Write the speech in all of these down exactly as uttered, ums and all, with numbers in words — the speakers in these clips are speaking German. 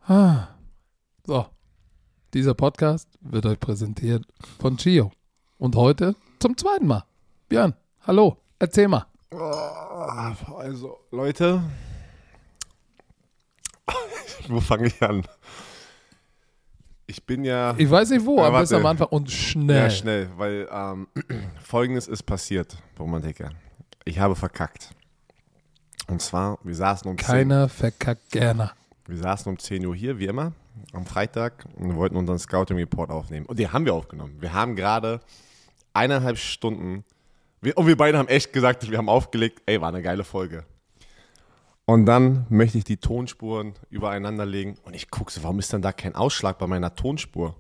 Ah. So, dieser Podcast wird euch präsentiert von Chio. Und heute zum zweiten Mal. Björn, hallo, erzähl mal. Also, Leute, wo fange ich an? Ich bin ja... Ich weiß nicht wo, ja, aber bis warte. am Anfang und schnell. Ja, schnell, weil ähm, Folgendes ist passiert, Romantiker. Ich habe verkackt. Und zwar, wir saßen um Keiner verkackt gerne. Wir saßen um zehn Uhr hier, wie immer, am Freitag und wollten unseren Scouting-Report aufnehmen. Und den haben wir aufgenommen. Wir haben gerade eineinhalb Stunden, wir, und wir beide haben echt gesagt, wir haben aufgelegt, ey, war eine geile Folge. Und dann möchte ich die Tonspuren übereinander legen und ich gucke so, warum ist denn da kein Ausschlag bei meiner Tonspur?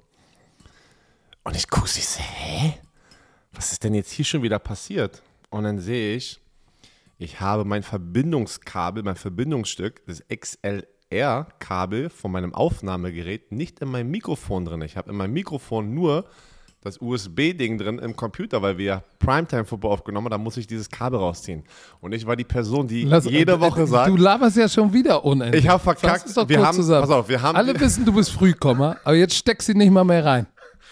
Und ich gucke so, ich so, hä? Was ist denn jetzt hier schon wieder passiert? Und dann sehe ich, ich habe mein Verbindungskabel, mein Verbindungsstück, das X L R-Kabel von meinem Aufnahmegerät nicht in meinem Mikrofon drin. Ich habe in meinem Mikrofon nur das U S B-Ding drin im Computer, weil wir ja Primetime-Football aufgenommen haben, da muss ich dieses Kabel rausziehen. Und ich war die Person, die Lass, jede äh, Woche äh, sagt... Du laberst ja schon wieder unendlich. Ich habe verkackt. Fass es doch wir kurz haben, zusammen. pass auf, wir haben... Alle wissen, du bist Frühkommer, aber jetzt steckst sie nicht mal mehr rein.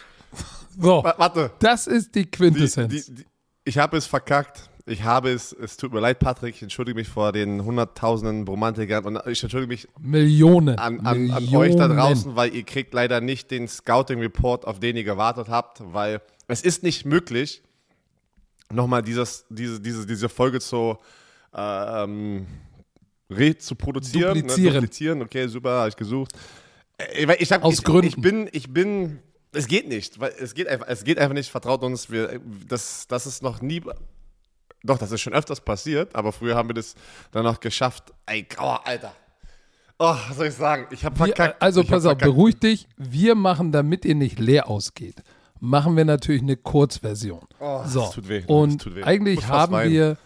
So, warte. Das ist die Quintessenz. Die, die, die, ich habe es verkackt. Ich habe es, es tut mir leid, Patrick, ich entschuldige mich vor den hunderttausenden Romantikern und ich entschuldige mich Millionen. an, an, Millionen. an euch da draußen, weil ihr kriegt leider nicht den Scouting-Report, auf den ihr gewartet habt, weil es ist nicht möglich, nochmal dieses, diese, diese, diese Folge zu, ähm, re zu produzieren. Duplizieren. Ne, duplizieren, okay, super, habe ich gesucht. Ich, ich, hab, Aus ich, Gründen. Ich bin, ich bin, es geht nicht, weil es geht einfach, es geht einfach nicht, vertraut uns, wir, das, das ist noch nie... Doch, das ist schon öfters passiert, aber früher haben wir das dann noch geschafft. Ey, grauer Alter. Oh, was soll ich sagen? Ich habe verkackt. Wir, also ich pass hab auf, verkackt. beruhig dich. Wir machen, damit ihr nicht leer ausgeht, machen wir natürlich eine Kurzversion. Oh, so. das tut weh. Und das tut weh. eigentlich Muss fast haben weinen. wir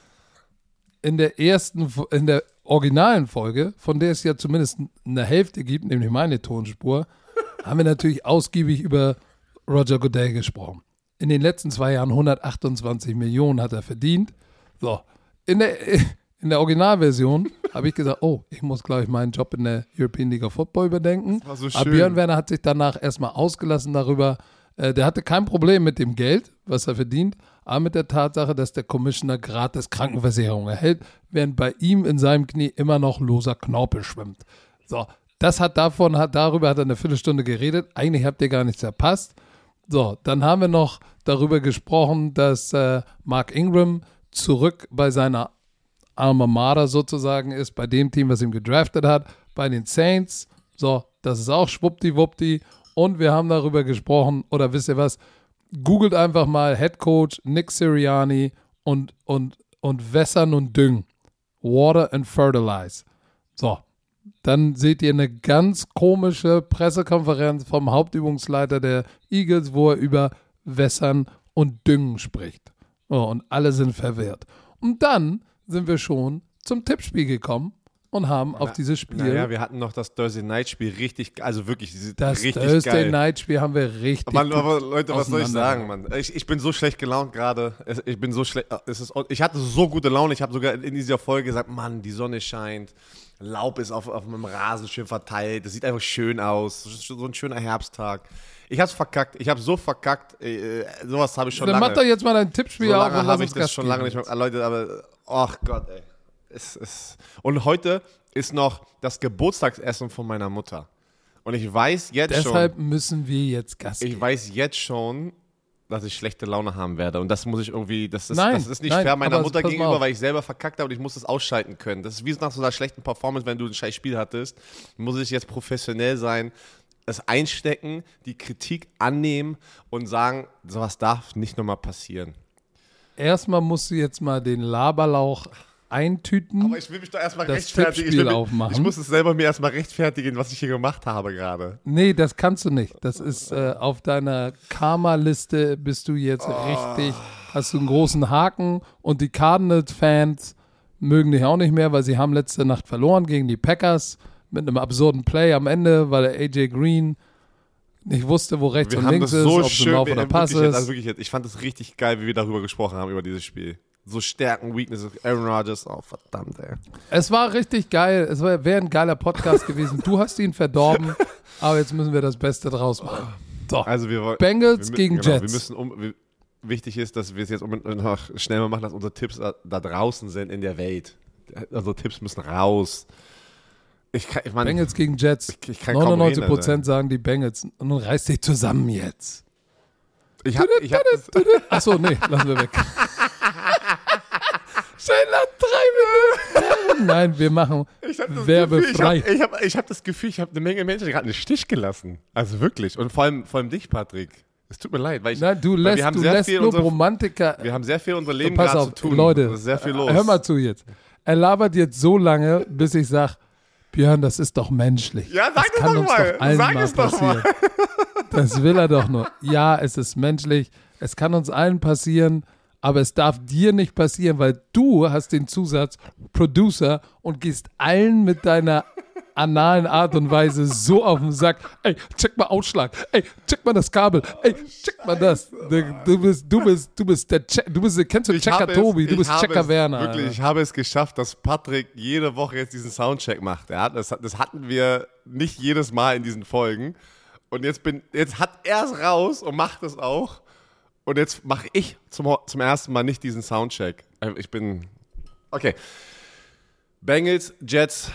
in der ersten, in der originalen Folge, von der es ja zumindest eine Hälfte gibt, nämlich meine Tonspur, haben wir natürlich ausgiebig über Roger Goodell gesprochen. In den letzten zwei Jahren hundertachtundzwanzig Millionen hat er verdient. So, in der, in der Originalversion habe ich gesagt, oh, ich muss, glaube ich, meinen Job in der European League of Football überdenken. Das war so Aber schön. Björn Werner hat sich danach erstmal ausgelassen darüber. Äh, der hatte kein Problem mit dem Geld, was er verdient, aber mit der Tatsache, dass der Commissioner gratis Krankenversicherung erhält, während bei ihm in seinem Knie immer noch loser Knorpel schwimmt. So, das hat davon, hat, darüber hat er eine Viertelstunde geredet. Eigentlich habt ihr gar nichts verpasst. So, dann haben wir noch darüber gesprochen, dass äh, Mark Ingram zurück bei seiner Alma Mater sozusagen ist, bei dem Team, was ihn gedraftet hat, bei den Saints. So, das ist auch schwuppdiwuppdi. Und wir haben darüber gesprochen, oder wisst ihr was, googelt einfach mal Head Coach Nick Sirianni und, und, und wässern und düngen. Water and Fertilize. So, dann seht ihr eine ganz komische Pressekonferenz vom Hauptübungsleiter der Eagles, wo er über Wässern und Düngen spricht. Oh, und alle sind verwirrt. Und dann sind wir schon zum Tippspiel gekommen und haben auf dieses Spiel... Naja, wir hatten noch das Thursday Night Spiel richtig, also wirklich, das richtig Thursday geil. Night Spiel haben wir richtig Mann, gut aber Leute, was soll ich sagen, auseinander- Mann? Ich, ich bin so schlecht gelaunt gerade. Es- Ich bin so schlecht. Es ist, ich hatte so gute Laune. Ich habe sogar in dieser Folge gesagt, Mann, die Sonne scheint, Laub ist auf, auf meinem Rasen schön verteilt. Das sieht einfach schön aus. Das ist so ein schöner Herbsttag. Ich hab's verkackt. Ich habe so verkackt. Äh, sowas habe ich schon Dann lange. mach doch jetzt mal dein Tippspiel so auf lange und lass habe ich uns das Gas schon geben. lange nicht mehr. Ah, Leute, aber ach Gott, ey. Es, es. Und heute ist noch das Geburtstagsessen von meiner Mutter. Und ich weiß jetzt Deshalb schon. müssen wir jetzt Gas Ich geben. weiß jetzt schon, dass ich schlechte Laune haben werde. Und das muss ich irgendwie, das ist, Nein, das ist nicht nein, fair meiner aber Mutter pass mal gegenüber, auf. weil ich selber verkackt habe und ich muss das ausschalten können. Das ist wie nach so einer schlechten Performance, wenn du ein scheiß Spiel hattest. Muss ich jetzt professionell sein, es einstecken, die Kritik annehmen und sagen, sowas darf nicht nochmal passieren. Erstmal musst du jetzt mal den Laberlauch eintüten. Aber ich will mich doch erstmal Das rechtfertigen. Ich, Tippspiel will mich, aufmachen. ich muss es selber mir erstmal rechtfertigen, was ich hier gemacht habe gerade. Nee, das kannst du nicht. Das ist äh, auf deiner Karma-Liste bist du jetzt Oh. richtig, hast du einen großen Haken und die Cardinals-Fans mögen dich auch nicht mehr, weil sie haben letzte Nacht verloren gegen die Packers mit einem absurden Play am Ende, weil der A J Green nicht wusste, wo rechts Wir und haben links das ist, so ob es ein schön, Lauf wir- oder Pass wirklich jetzt, ist. also wirklich jetzt, ich fand es richtig geil, wie wir darüber gesprochen haben, über dieses Spiel. so Stärken, Weaknesses, Aaron Rodgers, oh verdammt, ey. Es war richtig geil, es wäre ein geiler Podcast gewesen. Du hast ihn verdorben, aber jetzt müssen wir das Beste draus machen. So, also wir wollen, Bengals wir, gegen genau, Jets. Wir müssen um, wir, wichtig ist, dass wir es jetzt um, noch schnell mal machen, dass unsere Tipps da, da draußen sind in der Welt. Unsere Tipps müssen raus. Ich kann, ich mein, Bengals gegen Jets. Ich, ich kann neunundneunzig Prozent kaum reden, sagen die Bengals. Und nun reiß dich zusammen jetzt. Ich hab, ich hab das, Achso, nee, lassen wir weg. Schneller, drei Minuten. Nein, wir machen ich hab das werbefrei. Gefühl, ich habe ich hab, ich hab das Gefühl, ich habe eine Menge Menschen gerade einen Stich gelassen. Also wirklich. Und vor allem, vor allem dich, Patrick. Es tut mir leid. Weil ich, Nein, du weil lässt, wir haben du sehr lässt viel nur unsere, Romantiker. Wir haben sehr viel unser Leben Pass gerade auf, zu tun. Leute, Es ist sehr viel los. Hör mal zu jetzt. Er labert jetzt so lange, bis ich sage, Björn, das ist doch menschlich. Ja, sag das es kann doch uns mal. Doch allen Sag mal es doch passieren. mal. Das will er doch nur. Ja, es ist menschlich. Es kann uns allen passieren, aber es darf dir nicht passieren, weil du hast den Zusatz Producer und gehst allen mit deiner analen Art und Weise so auf den Sack. Ey, check mal Ausschlag. Ey, check mal das Kabel. Ey, check mal das. Du, du bist, du bist, du bist der Check, du bist, kennst du Ich Checker habe Tobi? es- Du ich bist habe Checker es, Werner. Wirklich, Alter. ich habe es geschafft, dass Patrick jede Woche jetzt diesen Soundcheck macht. Ja, das, das hatten wir nicht jedes Mal in diesen Folgen. Und jetzt, bin, jetzt hat er es raus und macht es auch. Und jetzt mache ich zum, zum ersten Mal nicht diesen Soundcheck. Äh, Ich bin. Okay. Bengals, Jets.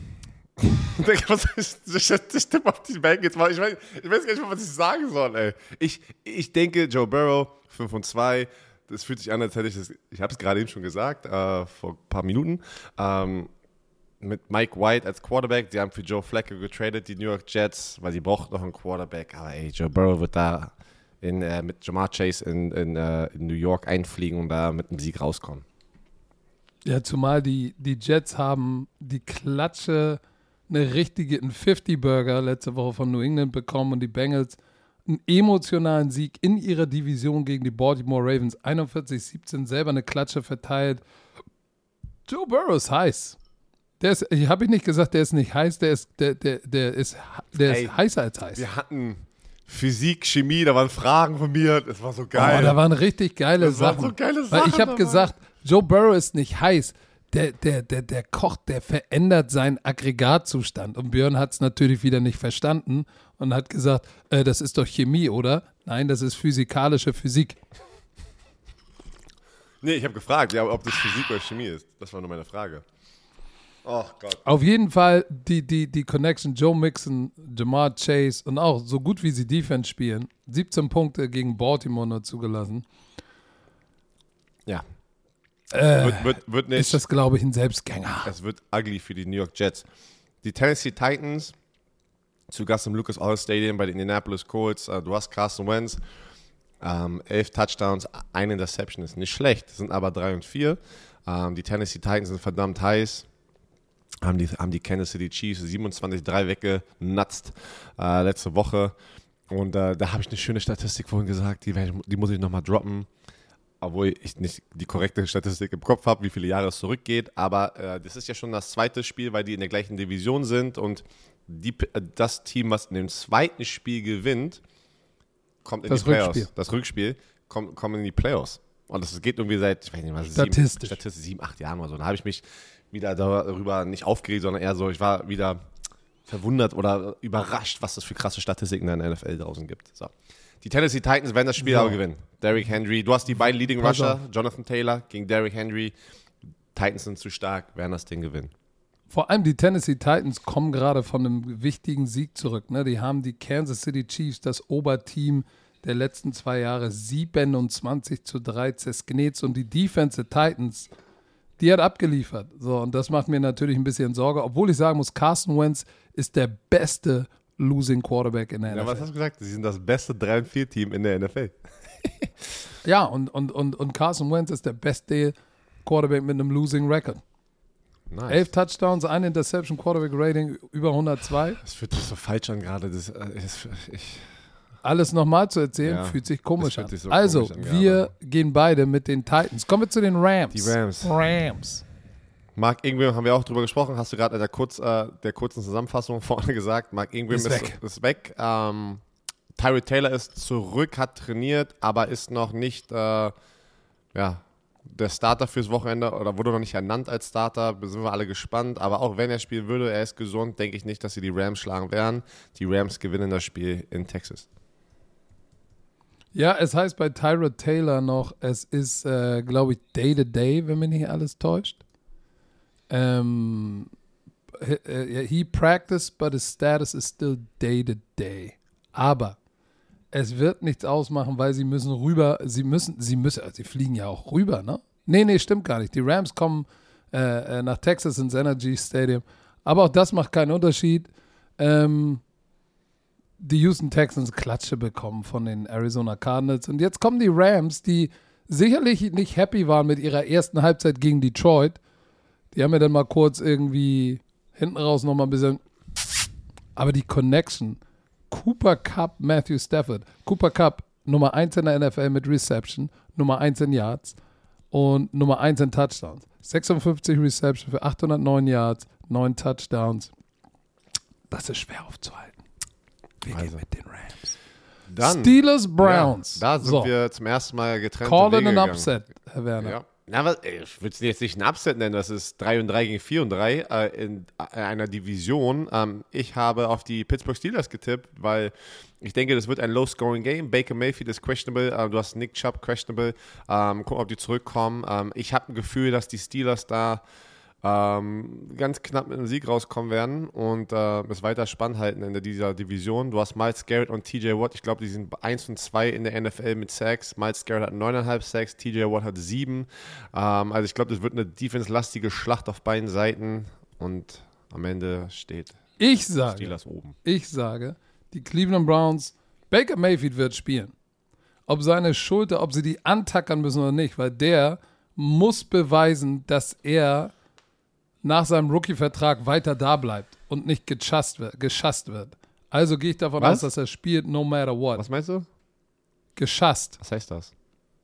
Was ist das? Ich tippe auf die Bengals. Ich weiß, ich weiß gar nicht, was ich sagen soll, ey. Ich, ich denke, Joe Burrow, fünf und zwei. Das fühlt sich an, als hätte ich das. Ich habe es gerade eben schon gesagt, äh, vor ein paar Minuten. Ähm, mit Mike White als Quarterback. Die haben für Joe Flacco getradet, die New York Jets, weil sie braucht noch einen Quarterback. Aber ey, Joe Burrow wird da in, äh, mit Jamar Chase in, in, äh, in New York einfliegen und da mit einem Sieg rauskommen. Ja, zumal die, die Jets haben die Klatsche, eine richtige, einen fünfzig-Burger letzte Woche von New England bekommen und die Bengals einen emotionalen Sieg in ihrer Division gegen die Baltimore Ravens. einundvierzig siebzehn, selber eine Klatsche verteilt. Joe Burrow ist heiß. Der ist, ich habe ich nicht gesagt, der ist nicht heiß, der ist, der, der, der ist, der Ey, ist heißer als heiß. Wir hatten Physik, Chemie, da waren Fragen von mir. Das war so geil. Oh, da waren richtig geile Das waren Sachen. so geile Weil Sachen ich habe dabei. gesagt, Joe Burrow ist nicht heiß. Der, der, der, der kocht, der verändert seinen Aggregatzustand. Und Björn hat es natürlich wieder nicht verstanden und hat gesagt, äh, das ist doch Chemie, oder? Nein, das ist physikalische Physik. Nee, ich habe gefragt, ja, ob das Physik oder Chemie ist. Das war nur meine Frage. Oh Gott. Auf jeden Fall die, die, die Connection Joe Mixon, Jamar Chase und auch so gut wie sie Defense spielen. siebzehn Punkte gegen Baltimore nur zugelassen. Ja. Äh, Wird, wird, wird nicht. ist das, glaube ich, ein Selbstgänger. Es wird ugly für die New York Jets. Die Tennessee Titans zu Gast im Lucas Oil Stadium bei den Indianapolis Colts. Uh, du hast Carson Wentz. Ähm, elf Touchdowns, eine Interception ist nicht schlecht, sind aber drei und vier. Ähm, die Tennessee Titans sind verdammt heiß. Haben die, haben die Kansas City Chiefs siebenundzwanzig drei weggenutzt äh, letzte Woche. Und äh, da habe ich eine schöne Statistik vorhin gesagt, die, werd ich- die muss ich nochmal droppen. Obwohl ich nicht die korrekte Statistik im Kopf habe, wie viele Jahre es zurückgeht. Aber äh, das ist ja schon das zweite Spiel, weil die in der gleichen Division sind. Und die, äh, das Team, was in dem zweiten Spiel gewinnt, kommt in Das die Playoffs. Rückspiel. Das Rückspiel kommt, kommt in die Playoffs. Und das geht irgendwie seit, ich weiß nicht was, Statistisch. Sieben, Statistisch, sieben, acht Jahren oder so. Da habe ich mich wieder darüber nicht aufgeregt, sondern eher so, ich war wieder verwundert oder überrascht, was das für krasse Statistiken in der N F L draußen gibt. So. Die Tennessee Titans werden das Spiel So. aber gewinnen. Derrick Henry, du hast die beiden Leading Pass Rusher, auf. Jonathan Taylor gegen Derrick Henry. Titans sind zu stark, werden das Ding gewinnen. Vor allem die Tennessee Titans kommen gerade von einem wichtigen Sieg zurück. Ne? Die haben die Kansas City Chiefs, das Oberteam der letzten zwei Jahre, siebenundzwanzig zu drei zersknetzt und die Defense der Titans, die hat abgeliefert. So, und das macht mir natürlich ein bisschen Sorge, obwohl ich sagen muss, Carson Wentz ist der beste Losing Quarterback in der Ja, N F L. was hast du gesagt? Sie sind das beste drei und vier Team in der N F L. Ja, und, und, und, und Carson Wentz ist der beste Quarterback mit einem Losing Record. Nice. Elf Touchdowns, ein Interception, Quarterback Rating über hundertzwei. Das fühlt sich so falsch an gerade. Das, äh, das, ich, Alles nochmal zu erzählen, Ja, fühlt sich komisch das fühlt an. sich so also, komisch an, wir ja, gehen beide mit den Titans. Kommen wir zu den Rams. Die Rams. Rams. Mark Ingram haben wir auch drüber gesprochen, hast du gerade in der, kurz, äh, der kurzen Zusammenfassung vorne gesagt. Mark Ingram Ist ist, weg. ist weg. Ähm, Tyrod Taylor ist zurück, hat trainiert, aber ist noch nicht, äh, ja, der Starter fürs Wochenende oder wurde noch nicht ernannt als Starter, sind wir alle gespannt. Aber auch wenn er spielen würde, er ist gesund, denke ich nicht, dass sie die Rams schlagen werden. Die Rams gewinnen das Spiel in Texas. Ja, es heißt bei Tyrod Taylor noch, es ist, äh, glaube ich, Day to Day, wenn mich nicht alles täuscht. Ähm, he, he practiced, but his status is still Day to Day. Aber es wird nichts ausmachen, weil sie müssen rüber, sie müssen, sie müssen, also sie fliegen ja auch rüber, ne? Nee, nee, stimmt gar nicht. Die Rams kommen äh, nach Texas ins Energy Stadium. Aber auch das macht keinen Unterschied. Ähm, die Houston Texans Klatsche bekommen von den Arizona Cardinals. Und jetzt kommen die Rams, die sicherlich nicht happy waren mit ihrer ersten Halbzeit gegen Detroit. Die haben ja dann mal kurz irgendwie hinten raus nochmal ein bisschen. Aber die Connection, Cooper Kupp, Matthew Stafford. Cooper Kupp, Nummer eins in der N F L mit Reception, Nummer eins in Yards und Nummer eins in Touchdowns. sechsundfünfzig Reception für achthundertneun Yards, neun Touchdowns. Das ist schwer aufzuhalten. Wir Also. gehen mit den Rams. Dann, Steelers, Browns. Ja, da sind so. wir zum ersten Mal getrennt. Call in an upset, Herr Werner. Ja. Na, aber ich würde es jetzt nicht ein Upset nennen, das ist drei und drei gegen vier und drei äh, in, in einer Division. Ähm, ich habe auf die Pittsburgh Steelers getippt, weil ich denke, das wird ein Low-Scoring-Game. Baker Mayfield ist questionable, äh, du hast Nick Chubb questionable. Ähm, gucken, ob die zurückkommen. Ähm, ich habe ein Gefühl, dass die Steelers da ähm, ganz knapp mit einem Sieg rauskommen werden und äh, es weiter spannend halten in dieser Division. Du hast Myles Garrett und T J Watt. Ich glaube, die sind eins und zwei in der N F L mit Sacks. Myles Garrett hat neun Komma fünf Sacks, T J Watt hat sieben. Ähm, also ich glaube, das wird eine defense-lastige Schlacht auf beiden Seiten und am Ende steht Ich sage, Steelers oben. ich sage, die Cleveland Browns, Baker Mayfield wird spielen. Ob seine Schulter, ob sie die antackern müssen oder nicht, weil der muss beweisen, dass er nach seinem Rookie-Vertrag weiter da bleibt und nicht gechasst wird, geschasst wird. Also gehe ich davon Was? aus, dass er spielt no matter what. Was meinst du? Geschasst. Was heißt das?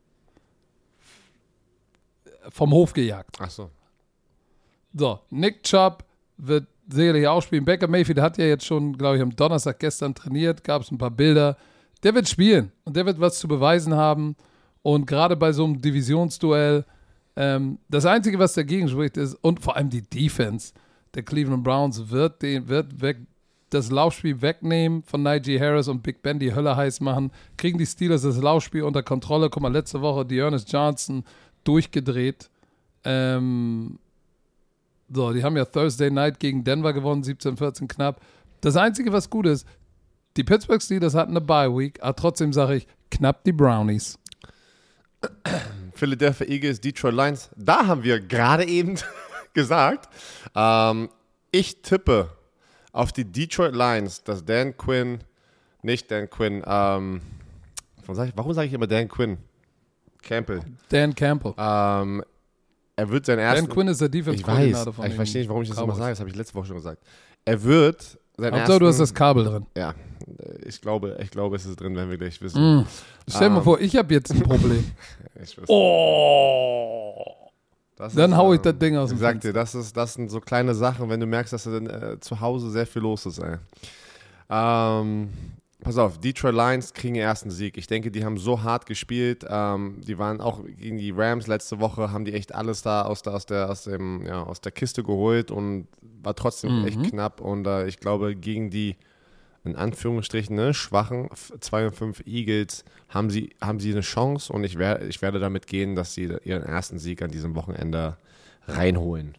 Vom Hof gejagt. Ach so. So, Nick Chubb wird sicherlich auch spielen. Baker Mayfield hat ja jetzt schon, glaube ich, am Donnerstag gestern trainiert, gab es ein paar Bilder. Der wird spielen und der wird was zu beweisen haben. Und gerade bei so einem Divisionsduell, ähm, das Einzige, was dagegen spricht, ist, und vor allem die Defense der Cleveland Browns wird, den, wird weg, das Laufspiel wegnehmen von Najee Harris und Big Ben die Hölle heiß machen. Kriegen die Steelers das Laufspiel unter Kontrolle. Guck mal, letzte Woche Dearness Johnson durchgedreht. Ähm, so, die haben ja Thursday Night gegen Denver gewonnen, siebzehn vierzehn knapp. Das Einzige, was gut ist, die Pittsburgh Steelers hatten eine Bye-Week, aber trotzdem sage ich, knapp die Brownies. Philadelphia Eagles, Detroit Lions, da haben wir gerade eben gesagt, ähm, ich tippe auf die Detroit Lions, dass Dan Quinn, nicht Dan Quinn, ähm, sag ich, warum sage ich immer Dan Quinn? Campbell. Dan Campbell. Ähm, er wird seinen ersten... Dan Quinn ist der ich Defense-Koordinator weiß, von ich den verstehe nicht, warum ich das immer Cowboys. sage, das habe ich letzte Woche schon gesagt. Er wird seinen Hauptsache, ersten... du hast das Kabel drin. Ja, ich glaube, ich glaube, es ist drin, wenn wir gleich wissen. Mm. Stell dir mal Ähm. vor, ich habe jetzt ein Problem. Ich weiß. Oh! Das Dann ist, hau ich ähm, das Ding aus dem Ich sag Fenster. dir, das, ist, das sind so kleine Sachen, wenn du merkst, dass dann, äh, zu Hause sehr viel los ist. Ey. Ähm, pass auf, Detroit Lions kriegen den ersten Sieg. Ich denke, die haben so hart gespielt. Ähm, die waren auch gegen die Rams letzte Woche, haben die echt alles da aus der, aus der, aus dem, ja, aus der Kiste geholt und war trotzdem Mhm. echt knapp. Und äh, ich glaube, gegen die in Anführungsstrichen ne, schwachen zwei und fünf Eagles haben sie, haben sie eine Chance und ich, wer, ich werde damit gehen, dass sie ihren ersten Sieg an diesem Wochenende reinholen.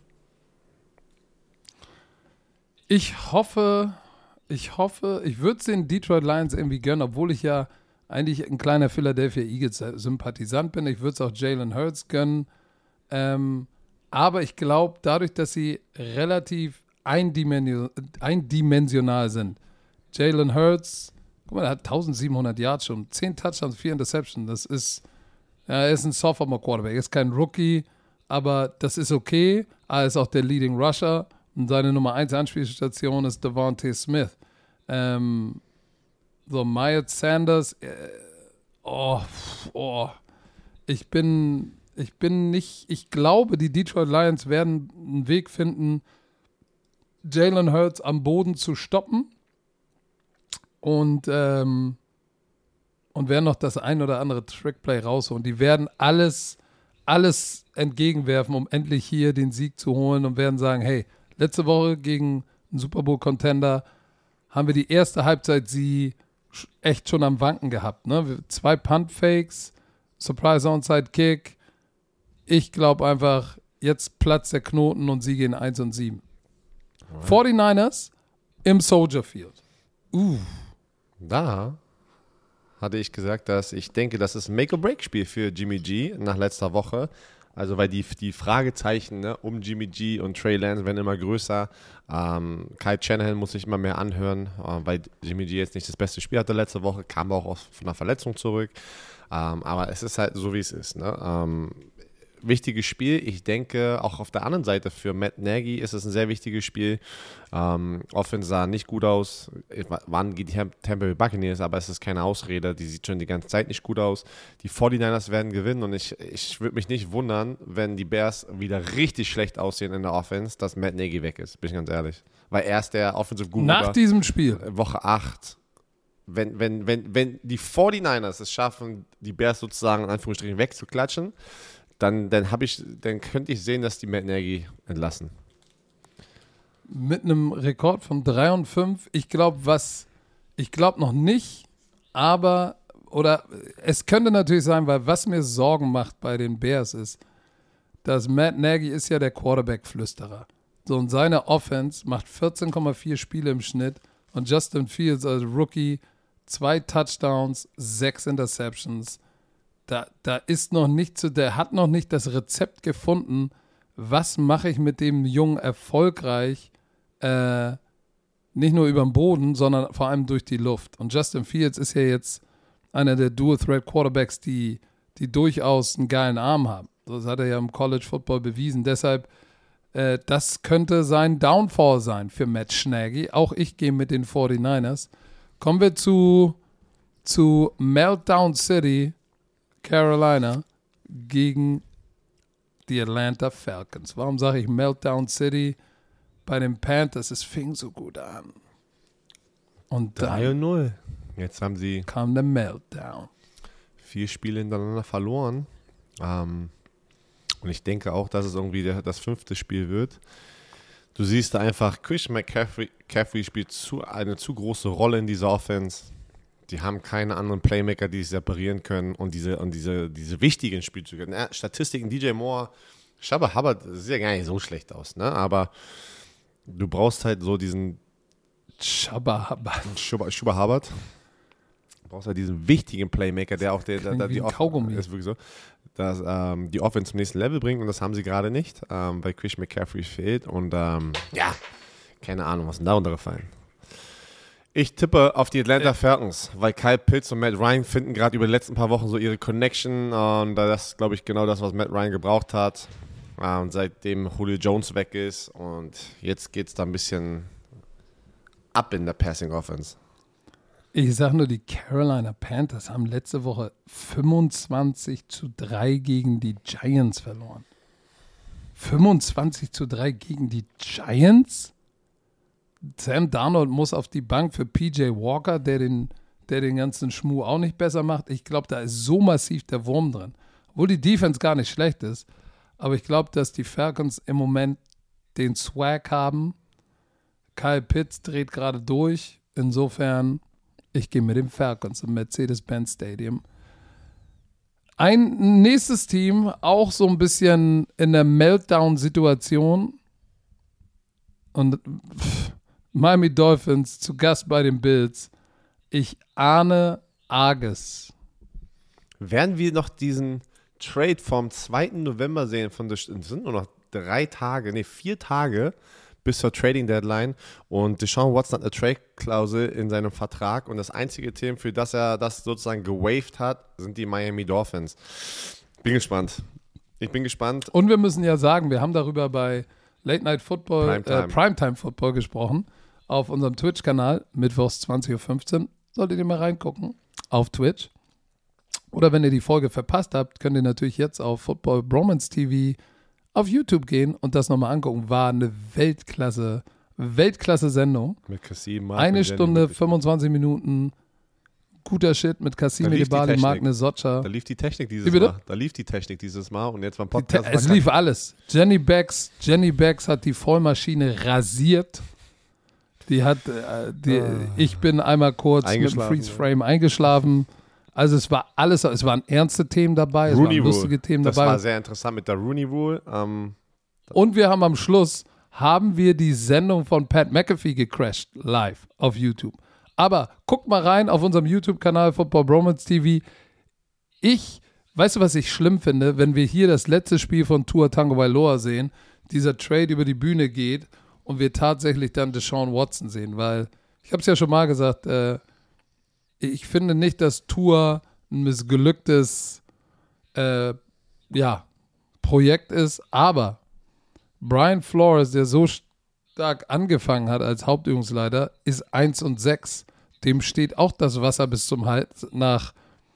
Ich hoffe, ich hoffe, ich würde es den Detroit Lions irgendwie gönnen, obwohl ich ja eigentlich ein kleiner Philadelphia Eagles-Sympathisant bin. Ich würde es auch Jalen Hurts gönnen. Ähm, aber ich glaube, dadurch, dass sie relativ eindimension- eindimensional sind, Jalen Hurts, guck mal, er hat eintausendsiebenhundert Yards schon, zehn Touchdowns, vier Interceptions. Das ist, ja, er ist ein Sophomore-Quarterback, er ist kein Rookie, aber das ist okay. Er ist auch der Leading Rusher und seine Nummer eins Anspielstation ist Devontae Smith. Ähm, so, Miles Sanders, äh, oh, oh, ich bin, ich bin nicht, ich glaube, die Detroit Lions werden einen Weg finden, Jalen Hurts am Boden zu stoppen. Und, ähm, und werden noch das ein oder andere Trickplay rausholen. Die werden alles, alles entgegenwerfen, um endlich hier den Sieg zu holen und werden sagen, hey, letzte Woche gegen einen Super Bowl-Contender haben wir die erste Halbzeit sie echt schon am Wanken gehabt. Ne? Zwei Punt-Fakes, Surprise Onside Kick. Ich glaube einfach, jetzt platzt der Knoten und sie gehen eins und sieben. Right. forty-niners im Soldier Field. Uh. Da hatte ich gesagt, dass ich denke, das ist ein Make-or-Break-Spiel für Jimmy G nach letzter Woche. Also weil die, die Fragezeichen, ne, um Jimmy G und Trey Lance werden immer größer. Ähm, Kyle Shanahan muss sich immer mehr anhören, äh, weil Jimmy G jetzt nicht das beste Spiel hatte letzte Woche, kam auch aus, von einer Verletzung zurück. Ähm, aber es ist halt so, wie es ist. Ne? Ähm, wichtiges Spiel. Ich denke, auch auf der anderen Seite für Matt Nagy ist es ein sehr wichtiges Spiel. Ähm, Offense sah nicht gut aus. Waren die Tampa Bay Buccaneers, aber es ist keine Ausrede. Die sieht schon die ganze Zeit nicht gut aus. Die forty-niners werden gewinnen und ich, ich würde mich nicht wundern, wenn die Bears wieder richtig schlecht aussehen in der Offense, dass Matt Nagy weg ist, bin ich ganz ehrlich. Weil er ist der Offensive Guru. Nach diesem Spiel. Woche acht. Wenn, wenn, wenn, wenn die forty-niners es schaffen, die Bears sozusagen in Anführungsstrichen wegzuklatschen, Dann, dann, ich, dann könnte ich sehen, dass die Matt Nagy entlassen. Mit einem Rekord von drei und fünf. Ich glaube, was, ich glaube noch nicht, aber, oder es könnte natürlich sein, weil was mir Sorgen macht bei den Bears ist, dass Matt Nagy ist ja der Quarterback-Flüsterer. So, und seine Offense macht vierzehn Komma vier Spiele im Schnitt und Justin Fields als Rookie, zwei Touchdowns, sechs Interceptions. Da, da ist noch nicht zu, der hat noch nicht das Rezept gefunden, was mache ich mit dem Jungen erfolgreich, äh, nicht nur über den Boden, sondern vor allem durch die Luft. Und Justin Fields ist ja jetzt einer der Dual-Threat-Quarterbacks, die, die durchaus einen geilen Arm haben. Das hat er ja im College Football bewiesen. Deshalb, äh, das könnte sein Downfall sein für Matt Nagy. Auch ich gehe mit den forty-niners. Kommen wir zu, zu Meltdown City, Carolina gegen die Atlanta Falcons. Warum sage ich Meltdown City? Bei den Panthers, es fing so gut an. Und drei und null. Jetzt haben sie kam der Meltdown. Vier Spiele hintereinander verloren. Ähm, und ich denke auch, dass es irgendwie der, das fünfte Spiel wird. Du siehst da einfach, Christian McCaffrey, McCaffrey spielt zu, eine zu große Rolle in dieser Offense. Die haben keine anderen Playmaker, die sich separieren können und diese, und diese, diese wichtigen Spielzüge. Na, Statistiken, D J Moore, Chuba Hubbard, das sieht ja gar nicht so schlecht aus, ne? Aber du brauchst halt so diesen Chuba Hubbard. Chuba, Chuba Hubbard. Du brauchst halt diesen wichtigen Playmaker, der auch der, der, der die Kaugummi. Ist wirklich so, dass ähm, die Offense zum nächsten Level bringt und das haben sie gerade nicht, ähm, weil Christian McCaffrey fehlt und ähm, ja, keine Ahnung, was ist denn darunter gefallen? Ich tippe auf die Atlanta Falcons, weil Kyle Pitts und Matt Ryan finden gerade über die letzten paar Wochen so ihre Connection und das ist, glaube ich, genau das, was Matt Ryan gebraucht hat. Und seitdem Julio Jones weg ist und jetzt geht es da ein bisschen ab in der Passing Offense. Ich sage nur, die Carolina Panthers haben letzte Woche fünfundzwanzig zu drei gegen die Giants verloren. fünfundzwanzig zu drei gegen die Giants? Sam Darnold muss auf die Bank für P J Walker, der den, der den ganzen Schmuh auch nicht besser macht. Ich glaube, da ist so massiv der Wurm drin. Obwohl die Defense gar nicht schlecht ist. Aber ich glaube, dass die Falcons im Moment den Swag haben. Kyle Pitts dreht gerade durch. Insofern, ich gehe mit den Falcons im Mercedes-Benz Stadium. Ein nächstes Team, auch so ein bisschen in der Meltdown-Situation. Und pff, Miami Dolphins zu Gast bei den Bills. Ich ahne Arges. Werden wir noch diesen Trade vom zweiten November sehen? Von der, es sind nur noch drei Tage, nee, vier Tage bis zur Trading Deadline. Und Deshaun Watson hat eine Trade-Klausel in seinem Vertrag. Und das einzige Team, für das er das sozusagen gewaved hat, sind die Miami Dolphins. Bin gespannt. Ich bin gespannt. Und wir müssen ja sagen, wir haben darüber bei Late Night Football, Primetime, äh, Primetime Football gesprochen, auf unserem Twitch-Kanal, mittwochs zwanzig Uhr fünfzehn. Solltet ihr mal reingucken, auf Twitch. Oder wenn ihr die Folge verpasst habt, könnt ihr natürlich jetzt auf Football Bromance T V auf YouTube gehen und das nochmal angucken. War eine Weltklasse, Weltklasse-Sendung. Mit Kassim, Eine Stunde, fünfundzwanzig Minuten, guter Shit mit Kassim Da lief die Edebali, Technik. Magne Socha. Da lief die Technik dieses Wie bitte? Mal. Da lief die Technik dieses Mal und jetzt beim Die Podcast. Te- es lief alles. Jenny Becks, Jenny Becks hat die Vollmaschine rasiert. Die hat, äh, die, Ah. ich bin einmal kurz mit dem Eingeschlafen, Freeze Frame eingeschlafen. Also es war alles, es waren ernste Themen dabei, es Rooney waren lustige Rule. Themen Das dabei. war sehr interessant mit der Rooney Rule. Ähm, Und wir haben am Schluss, haben wir die Sendung von Pat McAfee gecrashed, live auf YouTube. Aber guckt mal rein auf unserem YouTube-Kanal Football Bromance T V. Ich, weißt du, was ich schlimm finde, wenn wir hier das letzte Spiel von Tua Tagovailoa sehen, dieser Trade über die Bühne geht und wir tatsächlich dann Deshaun Watson sehen, weil, ich habe es ja schon mal gesagt, äh, ich finde nicht, dass Tua ein missglücktes äh, ja, Projekt ist, aber Brian Flores, der so stark angefangen hat als Hauptübungsleiter, ist eins und sechs. Dem steht auch das Wasser bis zum Hals. Nach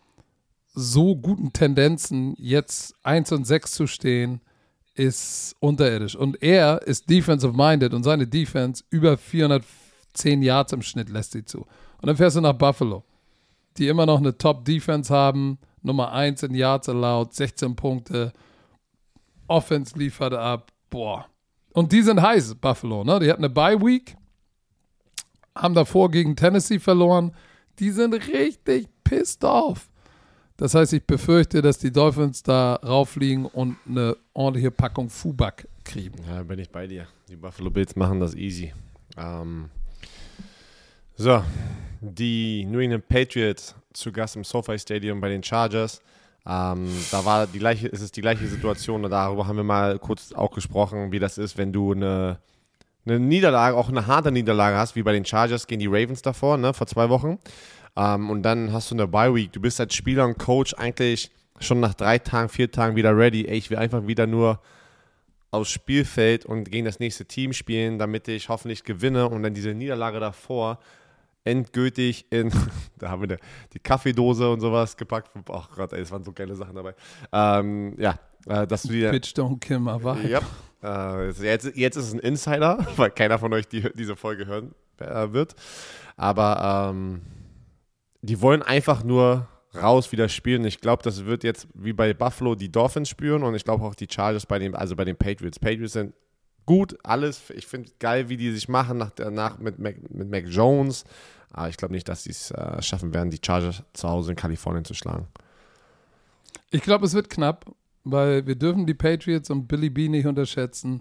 so guten Tendenzen jetzt eins und sechs zu stehen, ist unterirdisch. Und er ist defensive-minded und seine Defense über vierhundertzehn Yards im Schnitt lässt sie zu. Und dann fährst du nach Buffalo, die immer noch eine Top-Defense haben, Nummer eins in Yards allowed, sechzehn Punkte, Offense liefert ab, boah. Und die sind heiß, Buffalo, ne? Die hatten eine Bye-Week, haben davor gegen Tennessee verloren, die sind richtig pissed off. Das heißt, ich befürchte, dass die Dolphins da rauffliegen und eine ordentliche Packung Fuback kriegen. Ja, bin ich bei dir. Die Buffalo Bills machen das easy. Ähm, so, die New England Patriots zu Gast im SoFi Stadium bei den Chargers. Ähm, da war die gleiche, es ist die gleiche Situation und darüber haben wir mal kurz auch gesprochen, wie das ist, wenn du eine, eine Niederlage, auch eine harte Niederlage hast, wie bei den Chargers gegen die Ravens davor, ne, vor zwei Wochen. Ähm, und dann hast du eine Bye-Week. Du bist als Spieler und Coach eigentlich schon nach drei Tagen, vier Tagen wieder ready. Ey, ich will einfach wieder nur aufs Spielfeld und gegen das nächste Team spielen, damit ich hoffentlich gewinne und dann diese Niederlage davor endgültig in, da haben wir die Kaffeedose und sowas gepackt. Ach Gott, ey, es waren so geile Sachen dabei. Ähm, ja, äh, dass du die Bitch don't kill my vibe. Ja, äh, jetzt, jetzt ist es ein Insider, weil keiner von euch die, diese Folge hören äh, wird. Aber ähm, die wollen einfach nur raus wieder spielen. Ich glaube, das wird jetzt wie bei Buffalo die Dolphins spüren und ich glaube auch die Chargers bei den, also bei den Patriots. Patriots sind gut, alles. Ich finde geil, wie die sich machen nach, nach mit, Mac, mit Mac Jones. Aber ich glaube nicht, dass sie es äh, schaffen werden, die Chargers zu Hause in Kalifornien zu schlagen. Ich glaube, es wird knapp, weil wir dürfen die Patriots und Billy B nicht unterschätzen.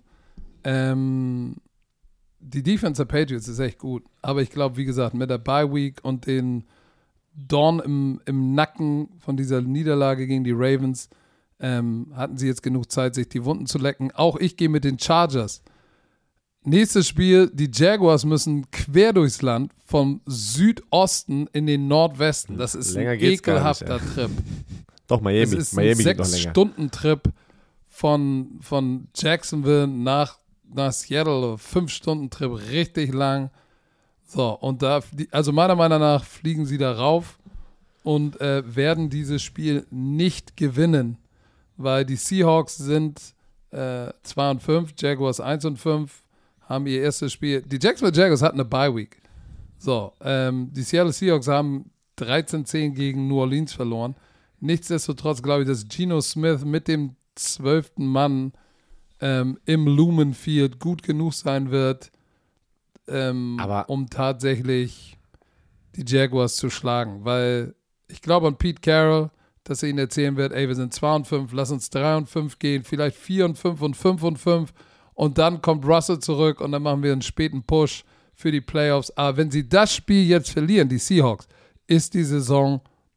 Ähm, die Defense der Patriots ist echt gut. Aber ich glaube, wie gesagt, mit der Bye-Week und den Dorn im, im Nacken von dieser Niederlage gegen die Ravens ähm, hatten sie jetzt genug Zeit, sich die Wunden zu lecken. Auch ich gehe mit den Chargers. Nächstes Spiel, die Jaguars müssen quer durchs Land vom Südosten in den Nordwesten. Das ist Länger ein geht's gar nicht, ekelhafter Trip. Doch, Miami. Das ist Miami ein geht noch länger. Sechs-Stunden-Trip von, von Jacksonville nach, nach Seattle. Fünf-Stunden-Trip, richtig lang. So, und da, also meiner Meinung nach fliegen sie da rauf und äh, werden dieses Spiel nicht gewinnen, weil die Seahawks sind äh, zwei und fünf, Jaguars eins und fünf, haben ihr erstes Spiel. Die Jacksonville Jaguars hatten eine Bye-Week. So, ähm, die Seattle Seahawks haben dreizehn zehn gegen New Orleans verloren. Nichtsdestotrotz glaube ich, dass Geno Smith mit dem zwölften Mann ähm, im Lumen Field gut genug sein wird, ähm, Aber- um tatsächlich die Jaguars zu schlagen. Weil ich glaube an Pete Carroll, dass er ihnen erzählen wird, ey, wir sind zwei und fünf, lass uns drei und fünf gehen, vielleicht vier und fünf und fünf und fünf und dann kommt Russell zurück und dann machen wir einen späten Push für die Playoffs. Aber wenn sie das Spiel jetzt verlieren, die Seahawks, ist die Saison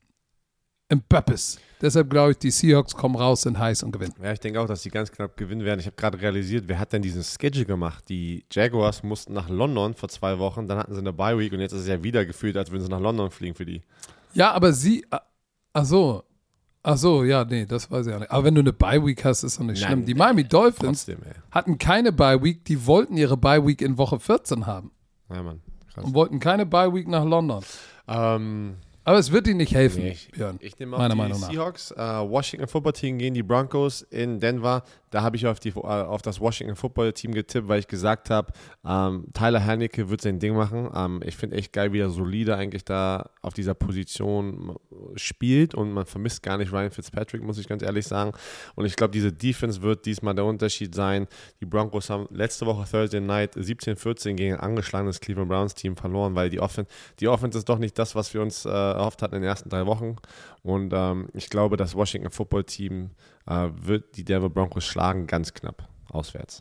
im Pöppes. Deshalb glaube ich, die Seahawks kommen raus, sind heiß und gewinnen. Ja, ich denke auch, dass sie ganz knapp gewinnen werden. Ich habe gerade realisiert, wer hat denn diesen Schedule gemacht? Die Jaguars mussten nach London vor zwei Wochen, dann hatten sie eine Bye-Week und jetzt ist es ja wieder gefühlt, als würden sie nach London fliegen für die. Ja, aber sie, ach so, ach so, ja, nee, das weiß ich auch nicht. Aber wenn du eine Bye-Week hast, ist doch nicht Nein, schlimm. Die Miami Dolphins Trotzdem, ey. hatten keine Bye-Week, die wollten ihre Bye-Week in Woche vierzehn haben Ja, Mann, krass. und wollten keine Bye-Week nach London. Ähm, Aber es wird ihnen nicht helfen, nee, ich, Björn. ich nehme auch meiner die Meinung nach. Seahawks. Äh, Washington Football Team gegen die Broncos in Denver. Da habe ich auf, die, auf das Washington Football Team getippt, weil ich gesagt habe, ähm, Tyler Heinicke wird sein Ding machen. Ähm, ich finde echt geil, wie er solide eigentlich da auf dieser Position spielt und man vermisst gar nicht Ryan Fitzpatrick, muss ich ganz ehrlich sagen. Und ich glaube, diese Defense wird diesmal der Unterschied sein. Die Broncos haben letzte Woche Thursday Night siebzehn vierzehn gegen ein angeschlagenes Cleveland Browns Team verloren, weil die Offense, die Offense ist doch nicht das, was wir uns äh, erhofft hatten in den ersten drei Wochen. Und ähm, ich glaube, das Washington Football Team äh, wird die Denver Broncos schlagen, ganz knapp auswärts.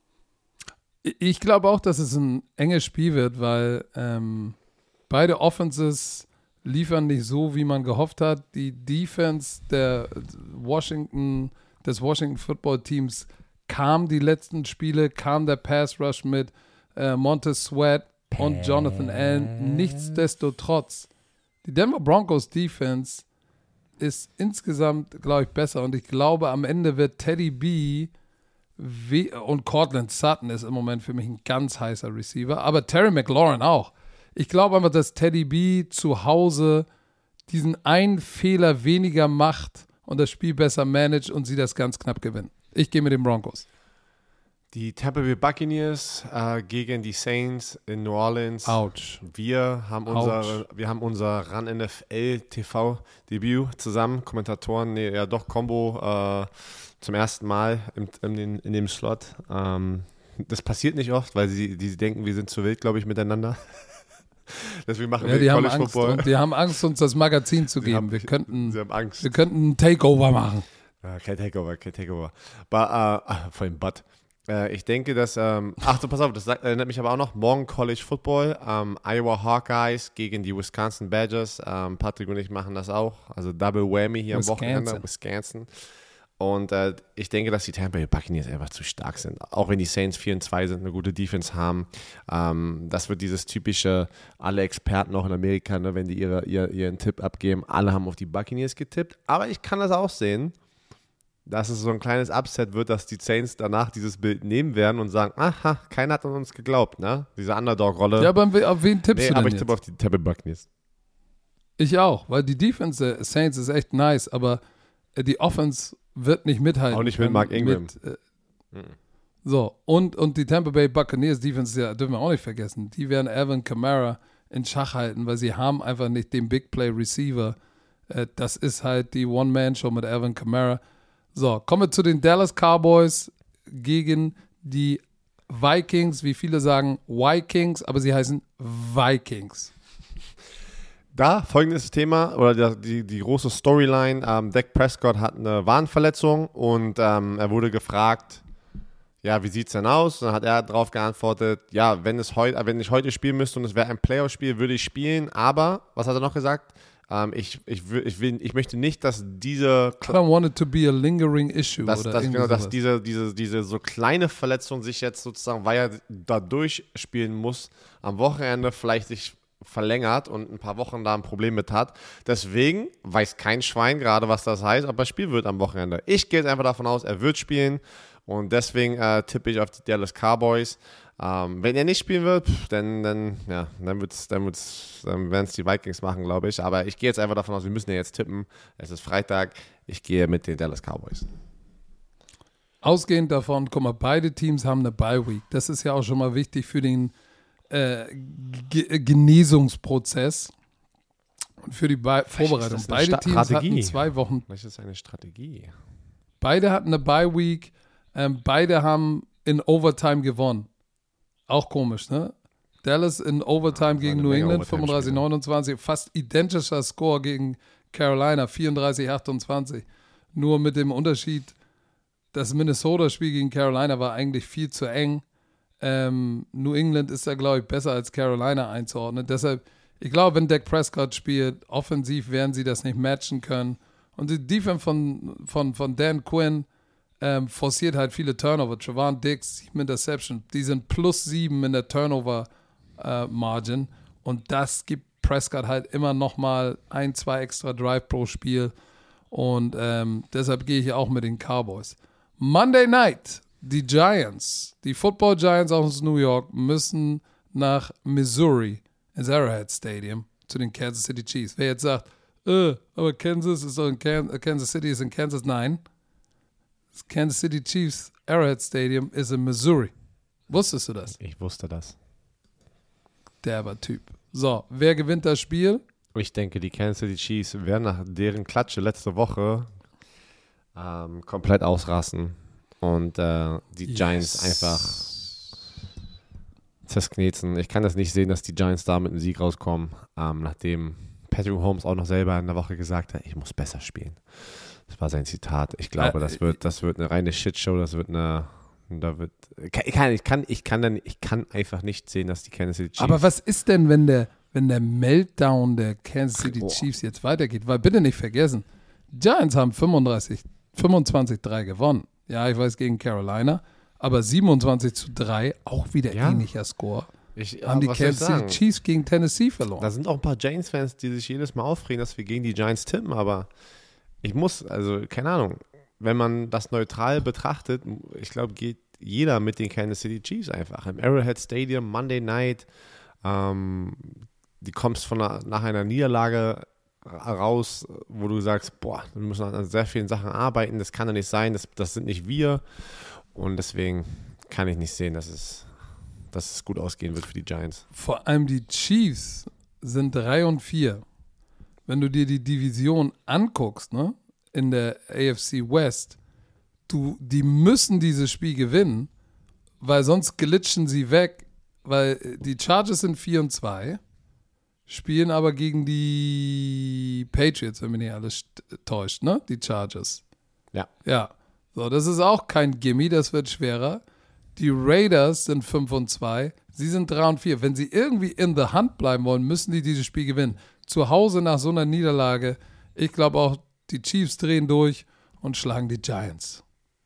Ich glaube auch, dass es ein enges Spiel wird, weil ähm, beide Offenses liefern nicht so, wie man gehofft hat. Die Defense der Washington, des Washington Football Teams kam die letzten Spiele, kam der Pass Rush mit äh, Montez Sweat und Jonathan Allen. Nichtsdestotrotz, die Denver Broncos Defense ist insgesamt, glaube ich, besser. Und ich glaube, am Ende wird Teddy B we- und Cortland Sutton ist im Moment für mich ein ganz heißer Receiver, aber Terry McLaurin auch. Ich glaube einfach, dass Teddy B zu Hause diesen einen Fehler weniger macht und das Spiel besser managt und sie das ganz knapp gewinnen. Ich gehe mit den Broncos. Die Tampa Bay Buccaneers äh, gegen die Saints in New Orleans. Ouch. Wir haben Ouch. unser, wir haben unser RAN N F L T V-Debüt zusammen, Kommentatoren, nee, ja doch, Combo äh, zum ersten Mal im, in, in dem Slot. Ähm, das passiert nicht oft, weil sie, die denken, wir sind zu wild, glaube ich, miteinander. Deswegen machen ja, wir die haben College Angst Football. Und die haben Angst, uns das Magazin zu Sie geben. haben, wir könnten, sie haben Angst. wir könnten einen Takeover machen. Ja, kein Takeover, kein Takeover. Aber, äh, vor allem Bud. Äh, ich denke, dass, ähm, ach so, pass auf, das sagt, erinnert mich aber auch noch, morgen College Football, ähm, Iowa Hawkeyes gegen die Wisconsin Badgers. Ähm, Patrick und ich machen das auch. Also Double Whammy hier Wisconsin. am Wochenende, Wisconsin. Und äh, ich denke, dass die Tampa Bay Buccaneers einfach zu stark sind. Auch wenn die Saints vier und zwei sind, eine gute Defense haben. Ähm, das wird dieses typische, alle Experten auch in Amerika, ne, wenn die ihre, ihr, ihren Tipp abgeben, alle haben auf die Buccaneers getippt. Aber ich kann das auch sehen, dass es so ein kleines Upset wird, dass die Saints danach dieses Bild nehmen werden und sagen, aha, keiner hat an uns geglaubt, ne? Diese Underdog-Rolle. Ja, aber auf wen tippst nee, du denn aber ich jetzt? tippe auf die Tampa Bay Buccaneers. Ich auch, weil die Defense der Saints ist echt nice, aber äh, die Offense wird nicht mithalten. Auch nicht mit Mark Ingram. Mit, äh, mhm. So, und, und die Tampa Bay Buccaneers Defense, ja, dürfen wir auch nicht vergessen, die werden Alvin Kamara in Schach halten, weil sie haben einfach nicht den Big Play Receiver. Äh, das ist halt die One-Man-Show mit Alvin Kamara. So, kommen wir zu den Dallas Cowboys gegen die Vikings, wie viele sagen Vikings, aber sie heißen Vikings. Da, folgendes Thema, oder die, die große Storyline, ähm, Dak Prescott hat eine Wadenverletzung und ähm, er wurde gefragt, ja, wie sieht es denn aus? Und dann hat er darauf geantwortet, ja, wenn, es heut, wenn ich heute spielen müsste und es wäre ein Playoff-Spiel, würde ich spielen, aber, was hat er noch gesagt? Ähm, ich, ich, ich, will, ich möchte nicht, dass diese... I don't want it to be a lingering issue. Dass, oder dass, genau, sowas. dass diese, diese, diese so kleine Verletzung sich jetzt sozusagen, weil er da durchspielen muss, am Wochenende vielleicht sich verlängert und ein paar Wochen da ein Problem mit hat. Deswegen weiß kein Schwein gerade, was das heißt, ob er spielen wird am Wochenende. Ich gehe jetzt einfach davon aus, er wird spielen und deswegen äh, tippe ich auf die Dallas Cowboys. Ähm, wenn er nicht spielen wird, pff, dann, dann, ja, dann, wird's, dann, wird's, dann werden es die Vikings machen, glaube ich. Aber ich gehe jetzt einfach davon aus, wir müssen ja jetzt tippen. Es ist Freitag. Ich gehe mit den Dallas Cowboys. Ausgehend davon, guck mal, beide Teams haben eine Bye-Week. Das ist ja auch schon mal wichtig für den äh, G- Genesungsprozess und für die Be- Vorbereitung. Ist das eine Beide Sta- Teams Strategie? hatten zwei Wochen. Vielleicht ist das eine Strategie. Beide hatten eine Bye-Week. Ähm, beide haben in Overtime gewonnen. Auch komisch, ne? Dallas in Overtime Ja, gegen eine New Menge England, Overtime-Spiele. fünfunddreißig neunundzwanzig. Fast identischer Score gegen Carolina, vierunddreißig achtundzwanzig. Nur mit dem Unterschied, das Minnesota-Spiel gegen Carolina war eigentlich viel zu eng. Ähm, New England ist da, glaube ich, besser als Carolina einzuordnen. Deshalb, ich glaube, wenn Dak Prescott spielt, offensiv werden sie das nicht matchen können. Und die Defense von, von, von Dan Quinn ähm, forciert halt viele Turnover. Trevon Diggs, sieben Interception. Die sind plus sieben in der Turnover-Margin. Äh, Und das gibt Prescott halt immer noch mal ein, zwei extra Drive pro Spiel. Und ähm, deshalb gehe ich auch mit den Cowboys. Monday Night, die Giants, die Football Giants aus New York, müssen nach Missouri ins Arrowhead Stadium zu den Kansas City Chiefs. Wer jetzt sagt, äh, aber Kansas ist doch in Kan- Kansas City ist in Kansas, nein. Das Kansas City Chiefs Arrowhead Stadium ist in Missouri. Wusstest du das? Ich wusste das. Derber Typ. So, wer gewinnt das Spiel? Ich denke, die Kansas City Chiefs werden nach deren Klatsche letzte Woche ähm, komplett ausrasten und äh, die yes. Giants einfach zersknetzen. Ich kann das nicht sehen, dass die Giants da mit einem Sieg rauskommen, ähm, nachdem Patrick Mahomes auch noch selber in der Woche gesagt hat, ich muss besser spielen. Das war sein Zitat. Ich glaube, das wird, das wird eine reine Shitshow, das wird eine da wird ich kann, ich kann, ich kann, dann, ich kann einfach nicht sehen, dass die Kansas City Chiefs... Aber was ist denn, wenn der wenn der Meltdown der Kansas City oh. Chiefs jetzt weitergeht? Weil bitte nicht vergessen, Giants haben fünfunddreißig, fünfundzwanzig drei gewonnen. Ja, ich weiß, gegen Carolina, aber siebenundzwanzig zu drei, auch wieder ja. ähnlicher Score. Ich, haben die Kansas City Chiefs gegen Tennessee verloren. Da sind auch ein paar Giants-Fans, die sich jedes Mal aufregen, dass wir gegen die Giants tippen, aber ich muss, also keine Ahnung, wenn man das neutral betrachtet, ich glaube, geht jeder mit den Kansas City Chiefs einfach. Im Arrowhead Stadium, Monday Night, ähm, die kommst von einer, nach einer Niederlage raus, wo du sagst, boah, wir müssen an sehr vielen Sachen arbeiten, das kann ja nicht sein, das, das sind nicht wir und deswegen kann ich nicht sehen, dass es, dass es gut ausgehen wird für die Giants. Vor allem die Chiefs sind drei und vier. Wenn du dir die Division anguckst, ne, in der A F C West, du, die müssen dieses Spiel gewinnen, weil sonst glitschen sie weg, weil die Chargers sind vier und zwei, spielen aber gegen die Patriots, wenn mich nicht alles täuscht, ne? Die Chargers. Ja. Ja. So, das ist auch kein Gimme, das wird schwerer. Die Raiders sind fünf und zwei, sie sind drei und vier. Wenn sie irgendwie in the hunt bleiben wollen, müssen die dieses Spiel gewinnen. Zu Hause nach so einer Niederlage, ich glaube auch, die Chiefs drehen durch und schlagen die Giants.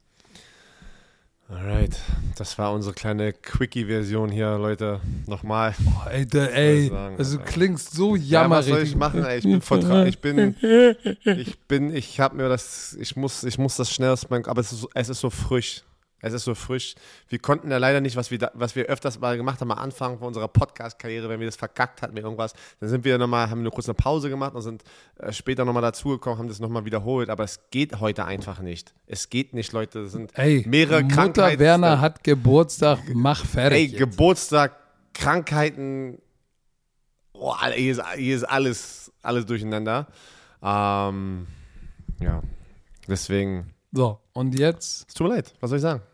Alright, das war unsere kleine Quickie-Version hier, Leute. Nochmal. Oh, ey, da, ey, sagen, also du klingst so jammerig. Ja, was soll ich machen, ey? Ich bin vertra- ich bin, ich bin, ich hab mir das, ich muss, ich muss das schnellst, aber es ist, so, es ist so frisch. Es ist so frisch. Wir konnten ja leider nicht, was wir, da, was wir öfters mal gemacht haben, am Anfang von unserer Podcast-Karriere, wenn wir das verkackt hatten mit irgendwas, dann sind wir nochmal, haben eine kurze Pause gemacht und sind äh, später nochmal dazugekommen, haben das nochmal wiederholt, aber es geht heute einfach nicht. Es geht nicht, Leute. Es sind Ey, mehrere Mutter Krankheiten. Mutter Werner hat Geburtstag, mach fertig. Ey, jetzt. Geburtstag, Krankheiten, oh, hier ist, hier ist alles, alles durcheinander. Ähm, ja, deswegen... So, und jetzt? Es tut mir leid, was soll ich sagen?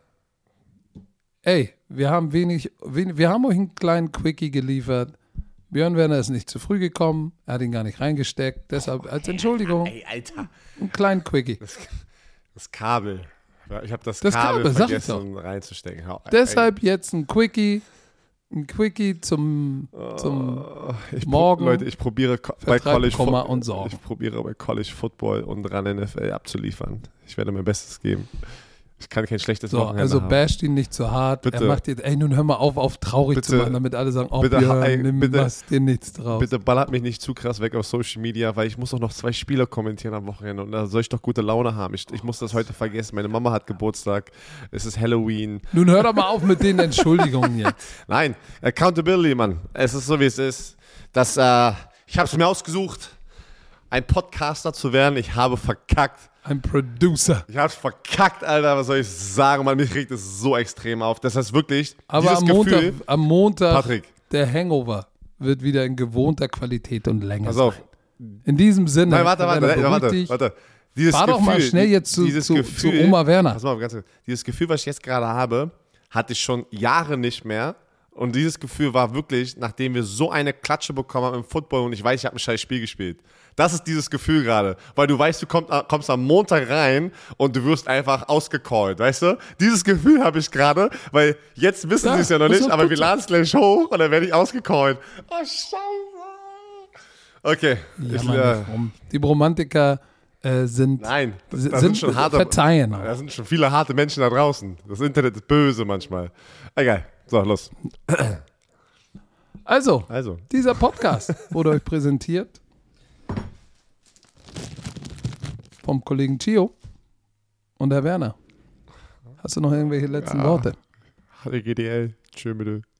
Ey, wir haben wenig, wenig, wir haben euch einen kleinen Quickie geliefert. Björn Werner ist nicht zu früh gekommen, er hat ihn gar nicht reingesteckt, deshalb als Entschuldigung. Ey, Alter. Einen kleinen Quickie. Das, das Kabel. Ich habe das, das Kabel, Kabel vergessen reinzustecken. Hau, deshalb ey. Jetzt ein Quickie. Ein Quickie zum, zum oh, ich Morgen. Pro, Leute, ich probiere bei College Komma und Sorgen. Ich probiere bei College Football und ran N F L abzuliefern. Ich werde mein Bestes geben. Ich kann kein schlechtes so, Wochenende also haben. basht ihn nicht zu hart. Bitte. Er macht jetzt, ey, nun hör mal auf, auf traurig bitte, zu machen, damit alle sagen, oh bitte, Björn, ey, nimm bitte, was dir nichts draus. Bitte ballert mich nicht zu krass weg auf Social Media, weil ich muss auch noch zwei Spiele kommentieren am Wochenende und da soll ich doch gute Laune haben. Ich, ich muss das heute vergessen. Meine Mama hat Geburtstag, es ist Halloween. Nun hör doch mal auf mit den Entschuldigungen jetzt. Nein, Accountability, Mann. Es ist so, wie es ist. Das, äh, ich habe es mir ausgesucht, ein Podcaster zu werden. Ich habe verkackt. Ein Producer. Ich hab's verkackt, Alter. Was soll ich sagen? Man, mich regt es so extrem auf. Das heißt wirklich, aber dieses am Montag, Gefühl, am Montag, Patrick, der Hangover wird wieder in gewohnter Qualität und Länge pass auf. sein. In diesem Sinne. Nein, warte, warte, warte, warte, dich. warte. Dieses Fahr Gefühl, doch mal schnell jetzt zu, zu, Gefühl, zu Oma Werner. Pass mal, ganz kurz. Dieses Gefühl, was ich jetzt gerade habe, hatte ich schon Jahre nicht mehr. Und dieses Gefühl war wirklich, nachdem wir so eine Klatsche bekommen haben im Football und ich weiß, ich habe ein scheiß Spiel gespielt. Das ist dieses Gefühl gerade. Weil du weißt, du kommst, kommst am Montag rein und du wirst einfach ausgecallt, weißt du? Dieses Gefühl habe ich gerade, weil jetzt wissen ja, sie es ja noch nicht, aber wir laden es gleich hoch und dann werde ich ausgecallt. Oh, scheiße. Okay. Ja, ich, Mann, äh, die Bromantiker äh, sind, Nein, das, das sind, sind schon harte, verzeihen. Da sind schon viele harte Menschen da draußen. Das Internet ist böse manchmal. Egal. So, los. Also, also. dieser Podcast wurde euch präsentiert vom Kollegen Chio und Herr Werner. Hast du noch irgendwelche letzten ja. Worte? H D G D L. Tschö, bitte.